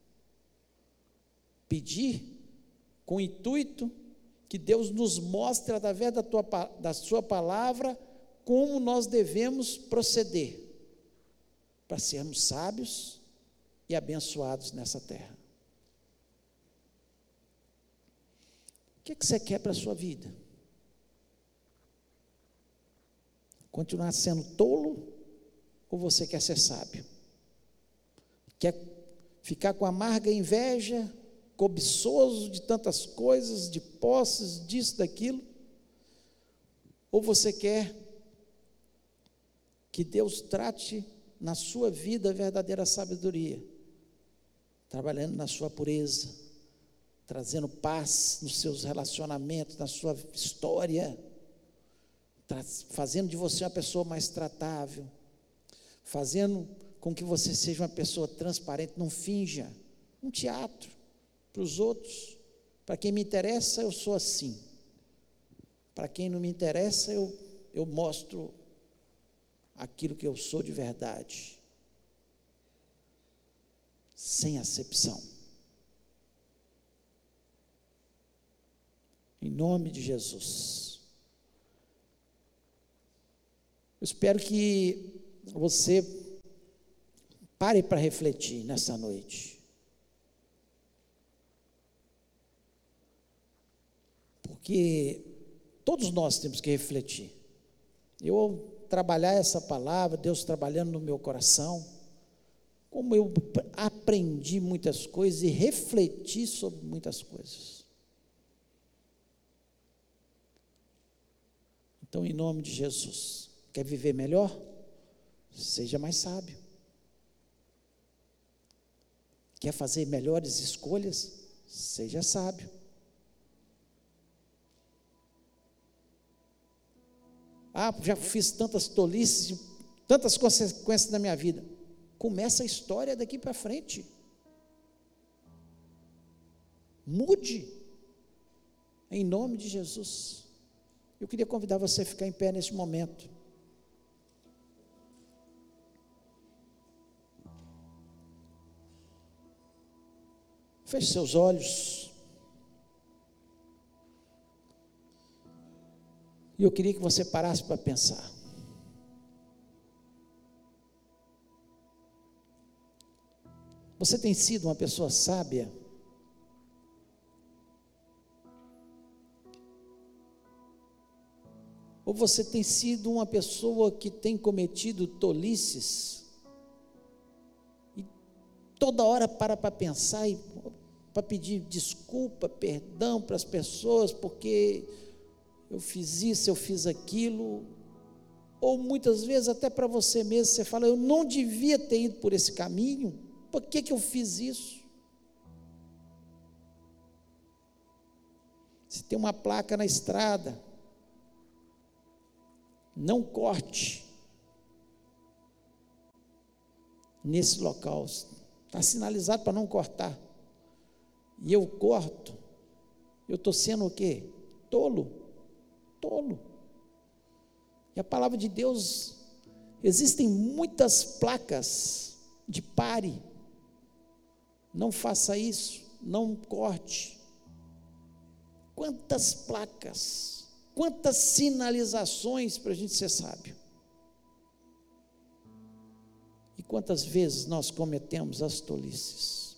Pedir com o intuito que Deus nos mostre, através da sua palavra, como nós devemos proceder, para sermos sábios e abençoados nessa terra. O que você quer para a sua vida? Continuar sendo tolo, ou você quer ser sábio? Quer ficar com amarga inveja, cobiçoso de tantas coisas, de posses, disso, daquilo? Ou você quer que Deus trate na sua vida a verdadeira sabedoria, trabalhando na sua pureza, trazendo paz nos seus relacionamentos, na sua história, fazendo de você uma pessoa mais tratável, fazendo com que você seja uma pessoa transparente, não finja, um teatro para os outros. Para quem me interessa, eu sou assim. Para quem não me interessa, eu mostro aquilo que eu sou de verdade, sem acepção. Em nome de Jesus. Eu espero que você pare para refletir nessa noite. Porque todos nós temos que refletir. Eu trabalhar essa palavra, Deus trabalhando no meu coração, como eu aprendi muitas coisas e refleti sobre muitas coisas. Então, em nome de Jesus, quer viver melhor? Seja mais sábio. Quer fazer melhores escolhas? Seja sábio. Ah, já fiz tantas tolices, tantas consequências na minha vida. Começa a história daqui para frente. Mude, em nome de Jesus. Eu queria convidar você a ficar em pé neste momento. Feche seus olhos. E eu queria que você parasse para pensar. Você tem sido uma pessoa sábia? Ou você tem sido uma pessoa que tem cometido tolices, e toda hora para pensar e para pedir desculpa, perdão para as pessoas, porque eu fiz isso, eu fiz aquilo, ou muitas vezes até para você mesmo, você fala, eu não devia ter ido por esse caminho, por que eu fiz isso? Se tem uma placa na estrada, não corte nesse local, está sinalizado para não cortar, e eu corto, eu estou sendo o quê? Tolo. E a palavra de Deus, existem muitas placas de pare, não faça isso, não corte. Quantas placas, quantas sinalizações para a gente ser sábio. E quantas vezes nós cometemos as tolices.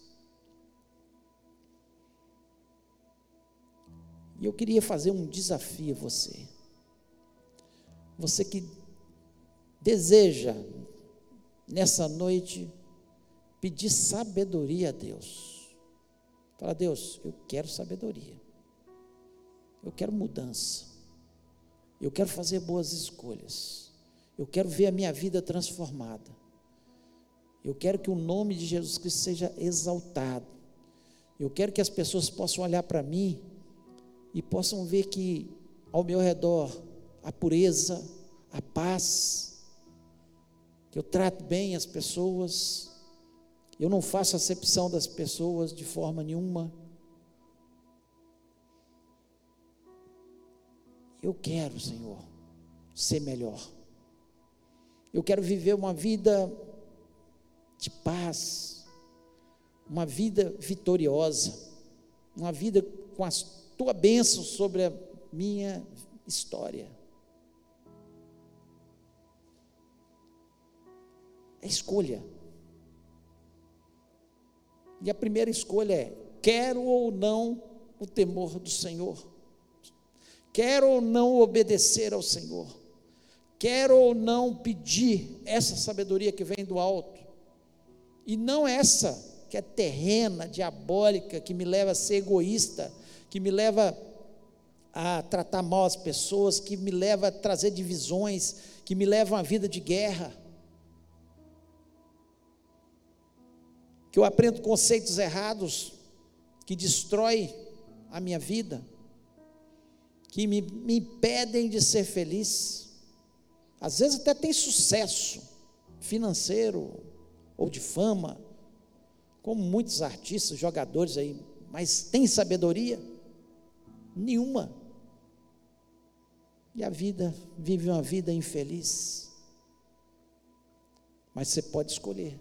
E eu queria fazer um desafio a você. Você que deseja, nessa noite, pedir sabedoria a Deus. Fala, Deus, eu quero sabedoria. Eu quero mudança. Eu quero fazer boas escolhas. Eu quero ver a minha vida transformada. Eu quero que o nome de Jesus Cristo seja exaltado. Eu quero que as pessoas possam olhar para mim e possam ver que ao meu redor a pureza, a paz, que eu trato bem as pessoas, eu não faço acepção das pessoas de forma nenhuma. Eu quero, Senhor, ser melhor. Eu quero viver uma vida de paz, uma vida vitoriosa, uma vida com as tua bênção sobre a minha história. É escolha. E a primeira escolha é: quero ou não o temor do Senhor? Quero ou não obedecer ao Senhor? Quero ou não pedir essa sabedoria que vem do alto? E não essa que é terrena, diabólica, que me leva a ser egoísta, que me leva a tratar mal as pessoas, que me leva a trazer divisões, que me leva a uma vida de guerra, que eu aprendo conceitos errados, que destrói a minha vida, que me impedem de ser feliz. Às vezes até tem sucesso financeiro ou de fama, como muitos artistas, jogadores aí, mas tem sabedoria? Nenhuma. E a vida, vive uma vida infeliz. Mas você pode escolher.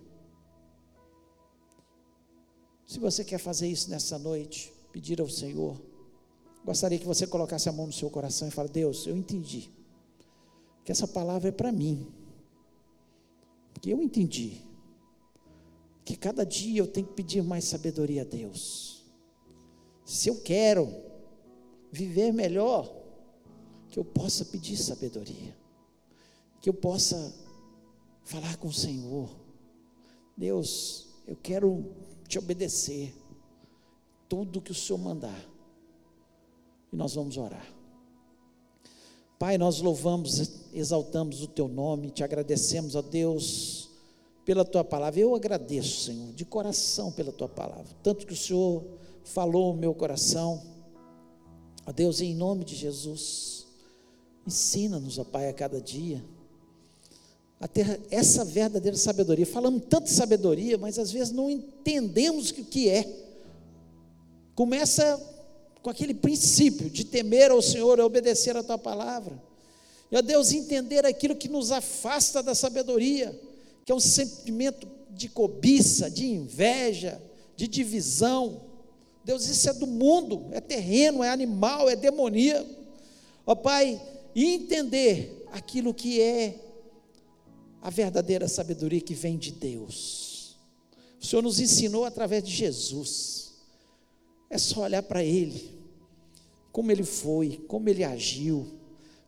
Se você quer fazer isso nessa noite, pedir ao Senhor, gostaria que você colocasse a mão no seu coração e falasse: Deus, eu entendi que essa palavra é para mim, porque eu entendi que cada dia eu tenho que pedir mais sabedoria a Deus. Se eu quero viver melhor, que eu possa pedir sabedoria, que eu possa falar com o Senhor: Deus, eu quero te obedecer, tudo que o Senhor mandar. E nós vamos orar. Pai, nós louvamos, exaltamos o teu nome, te agradecemos, ó Deus, pela tua palavra. Eu agradeço, Senhor, de coração pela tua palavra, tanto que o Senhor falou no meu coração. Ó Deus, em nome de Jesus, ensina-nos, ó Pai, a cada dia a ter essa verdadeira sabedoria. Falamos tanto de sabedoria, mas às vezes não entendemos o que é. Começa com aquele princípio de temer ao Senhor e obedecer a tua palavra. E, ó Deus, entender aquilo que nos afasta da sabedoria, que é um sentimento de cobiça, de inveja, de divisão. Deus, isso é do mundo, é terreno, é animal, é demoníaco. Ó Pai, e entender aquilo que é a verdadeira sabedoria que vem de Deus. O Senhor nos ensinou através de Jesus. É só olhar para Ele, como Ele foi, como Ele agiu,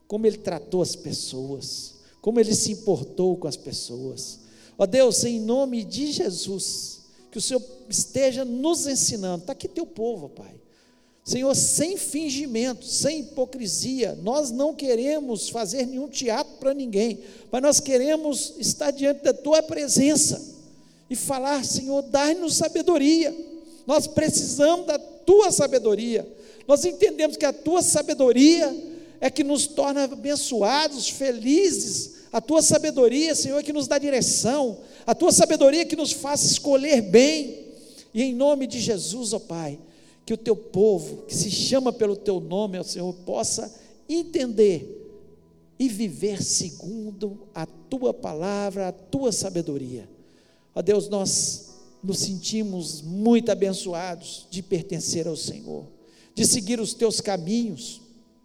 como Ele tratou as pessoas, como Ele se importou com as pessoas. Ó Deus, em nome de Jesus, que o Senhor esteja nos ensinando. Está aqui teu povo, Pai. Senhor, sem fingimento, sem hipocrisia. Nós não queremos fazer nenhum teatro para ninguém, mas nós queremos estar diante da tua presença e falar: Senhor, dai-nos sabedoria. Nós precisamos da tua sabedoria. Nós entendemos que a tua sabedoria é que nos torna abençoados, felizes. A tua sabedoria, Senhor, é que nos dá direção. A tua sabedoria é que nos faz escolher bem. E em nome de Jesus, ó Pai, que o teu povo, que se chama pelo teu nome, ó Senhor, possa entender e viver segundo a tua palavra, a tua sabedoria. Ó Deus, nós nos sentimos muito abençoados de pertencer ao Senhor, de seguir os teus caminhos,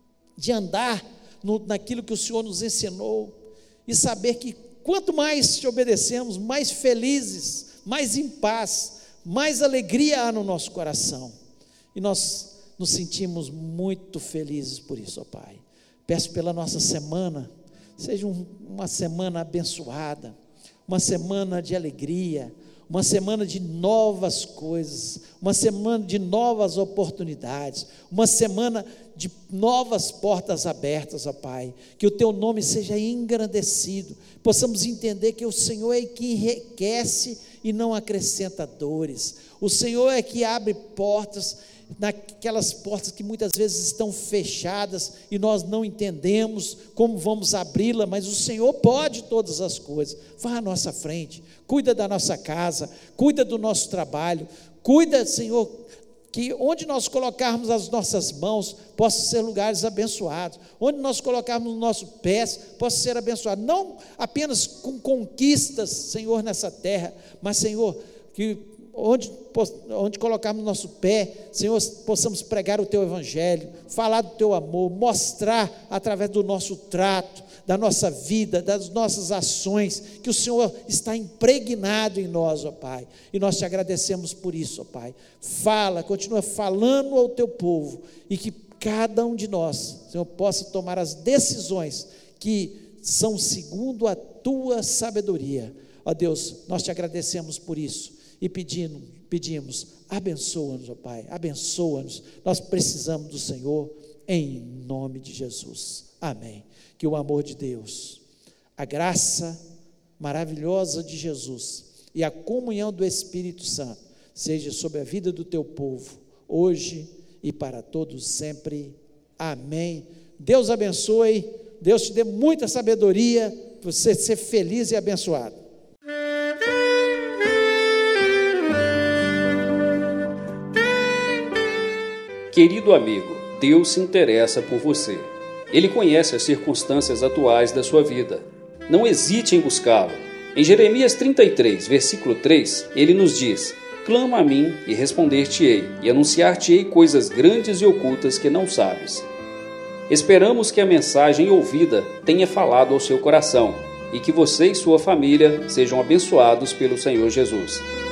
de andar naquilo que o Senhor nos ensinou, e saber que quanto mais te obedecemos, mais felizes, mais em paz, mais alegria há no nosso coração, e nós nos sentimos muito felizes por isso, ó Pai. Peço pela nossa semana, seja uma semana abençoada, uma semana de alegria, uma semana de novas coisas, uma semana de novas oportunidades, uma semana de novas portas abertas, ó Pai, que o teu nome seja engrandecido, possamos entender que o Senhor é que enriquece e não acrescenta dores, o Senhor é que abre portas, naquelas portas que muitas vezes estão fechadas e nós não entendemos como vamos abri-la, mas o Senhor pode todas as coisas. Vá à nossa frente, cuida da nossa casa, cuida do nosso trabalho, cuida, Senhor, que onde nós colocarmos as nossas mãos possam ser lugares abençoados, onde nós colocarmos os nossos pés possam ser abençoados, não apenas com conquistas, Senhor, nessa terra, mas, Senhor, que onde colocarmos nosso pé, Senhor, possamos pregar o teu evangelho, falar do teu amor, mostrar através do nosso trato, da nossa vida, das nossas ações, que o Senhor está impregnado em nós, ó Pai, e nós te agradecemos por isso, ó Pai. Continua falando ao teu povo, e que cada um de nós, Senhor, possa tomar as decisões que são segundo a tua sabedoria. Ó Deus, nós te agradecemos por isso, e pedimos, abençoa-nos, ó Pai, abençoa-nos, nós precisamos do Senhor, em nome de Jesus, amém. Que o amor de Deus, a graça maravilhosa de Jesus e a comunhão do Espírito Santo seja sobre a vida do teu povo, hoje e para todos sempre, amém. Deus abençoe, Deus te dê muita sabedoria, para você ser feliz e abençoado. Querido amigo, Deus se interessa por você. Ele conhece as circunstâncias atuais da sua vida. Não hesite em buscá-lo. Em Jeremias 33, versículo 3, ele nos diz: clama a mim e responder-te-ei, e anunciar-te-ei coisas grandes e ocultas que não sabes. Esperamos que a mensagem ouvida tenha falado ao seu coração, e que você e sua família sejam abençoados pelo Senhor Jesus.